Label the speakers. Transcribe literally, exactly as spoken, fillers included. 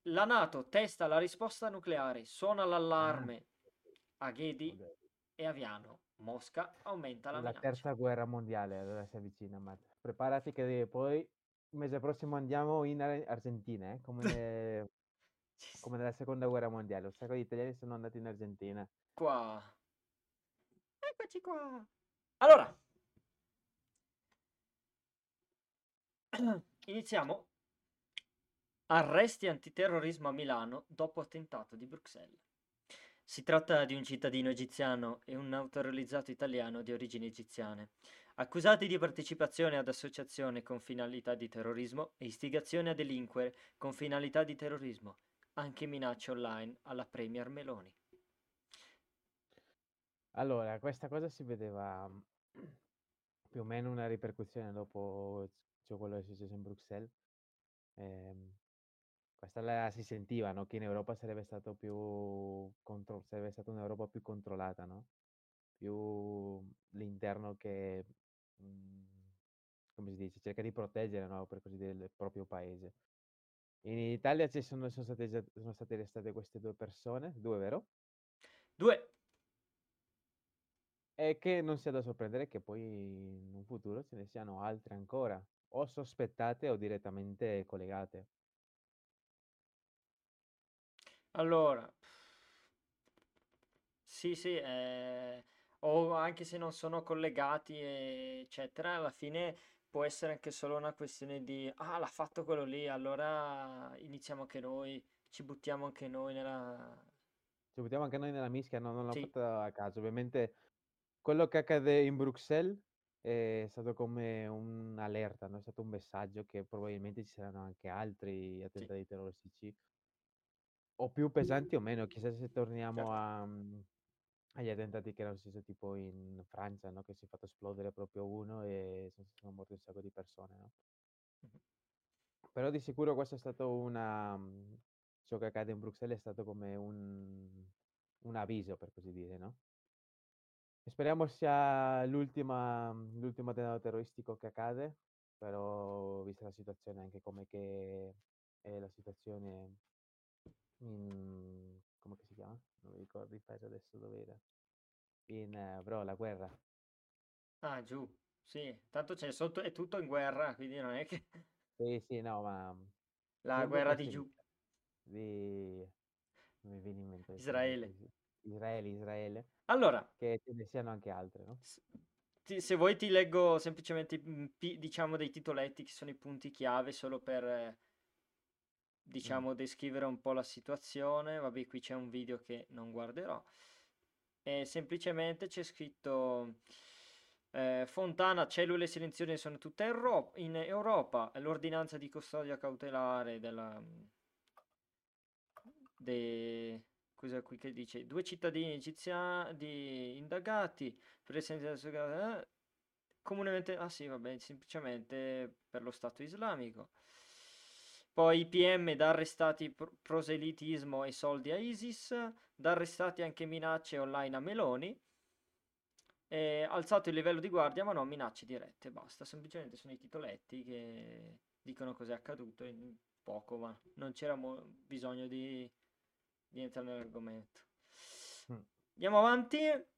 Speaker 1: La NATO testa la risposta nucleare, suona
Speaker 2: Ah,
Speaker 1: l'allarme a Ghedi
Speaker 2: ok.
Speaker 1: e Aviano. Mosca aumenta la
Speaker 2: La
Speaker 1: minaccia.
Speaker 2: terza guerra mondiale allora si avvicina, Matt. Preparati che poi il mese prossimo andiamo in Ar- Argentina, eh, come, ne- come nella seconda guerra mondiale. Un sacco di italiani sono andati in Argentina.
Speaker 1: Qua. Eccoci qua. Allora, iniziamo. Arresti antiterrorismo a Milano dopo attentato di Bruxelles. Si tratta di un cittadino egiziano e un naturalizzato italiano di origini egiziane, accusati di partecipazione ad associazione con finalità di terrorismo e istigazione a delinquere con finalità di terrorismo, anche minacce online alla Premier Meloni.
Speaker 2: Allora, questa cosa si vedeva mm, più o meno una ripercussione dopo cioè, quello che è successo in Bruxelles. Ehm, questa la si sentiva, no? Che in Europa sarebbe stato più contro- sarebbe stata un'Europa più controllata, no? Più l'interno che, mm, come si dice, cerca di proteggere, no? Per così dire, il proprio paese. In Italia ci sono, sono state, già- sono state arrestate queste due persone, due, vero?
Speaker 1: due.
Speaker 2: E che non sia da sorprendere che poi in un futuro ce ne siano altre ancora, o sospettate o direttamente collegate.
Speaker 1: Allora, sì, sì, eh, o anche se non sono collegati, eh, eccetera, alla fine può essere anche solo una questione di, ah, l'ha fatto quello lì, allora iniziamo anche noi, ci buttiamo anche noi nella...
Speaker 2: Ci buttiamo anche noi nella mischia, no, non l'ho
Speaker 1: Sì,
Speaker 2: fatta a caso. Ovviamente quello che accade in Bruxelles è stato come un'allerta, no? È stato un messaggio che probabilmente ci saranno anche altri
Speaker 1: sì,
Speaker 2: attentati terroristici, o più pesanti o meno. Chissà se torniamo
Speaker 1: certo.
Speaker 2: a, mm, agli attentati che erano successi tipo in Francia, no? Che si è fatto esplodere proprio uno e sono, sono morti un sacco di persone, no?
Speaker 1: Mhm.
Speaker 2: Però di sicuro questo è stato una, mm, ciò che accade in Bruxelles è stato come un, un avviso, per così dire, no? E speriamo sia l'ultima l'ultimo attentato terroristico che accade, però vista la situazione anche come che è la situazione in... come che si chiama? Non mi ricordo il paese adesso dove era. In, eh, bro, la guerra.
Speaker 1: Ah, giù, sì, tanto c'è sotto, è tutto in guerra, quindi non è che...
Speaker 2: Sì, sì, no, ma
Speaker 1: La
Speaker 2: comunque
Speaker 1: guerra di
Speaker 2: questi
Speaker 1: giù,
Speaker 2: di... non mi viene in mente adesso come
Speaker 1: Israele.
Speaker 2: si- Israele, Israele,
Speaker 1: Allora,
Speaker 2: che ce ne siano anche altre, no?
Speaker 1: S- ti- se vuoi ti leggo semplicemente, mm, pi- diciamo, dei titoletti che sono i punti chiave solo per, eh,
Speaker 2: Mm.
Speaker 1: diciamo, descrivere un po' la situazione. Vabbè, qui c'è un video che non guarderò. E semplicemente c'è scritto eh, Fontana, cellule silenziose sono tutte in, Ro- in Europa. L'ordinanza di custodia cautelare della, de- cosa qui che dice? Due cittadini egiziani indagati, presenti eh, comunemente, ah sì, vabbè, semplicemente per lo Stato islamico. Poi I P M da arrestati pro- proselitismo e soldi a ISIS, da arrestati anche minacce online a Meloni. E alzato il livello di guardia, ma non minacce dirette, basta. Semplicemente sono i titoletti che dicono cos'è accaduto in poco, ma non c'era mo- bisogno di, di entrare nell'argomento.
Speaker 2: Mm.
Speaker 1: Andiamo avanti.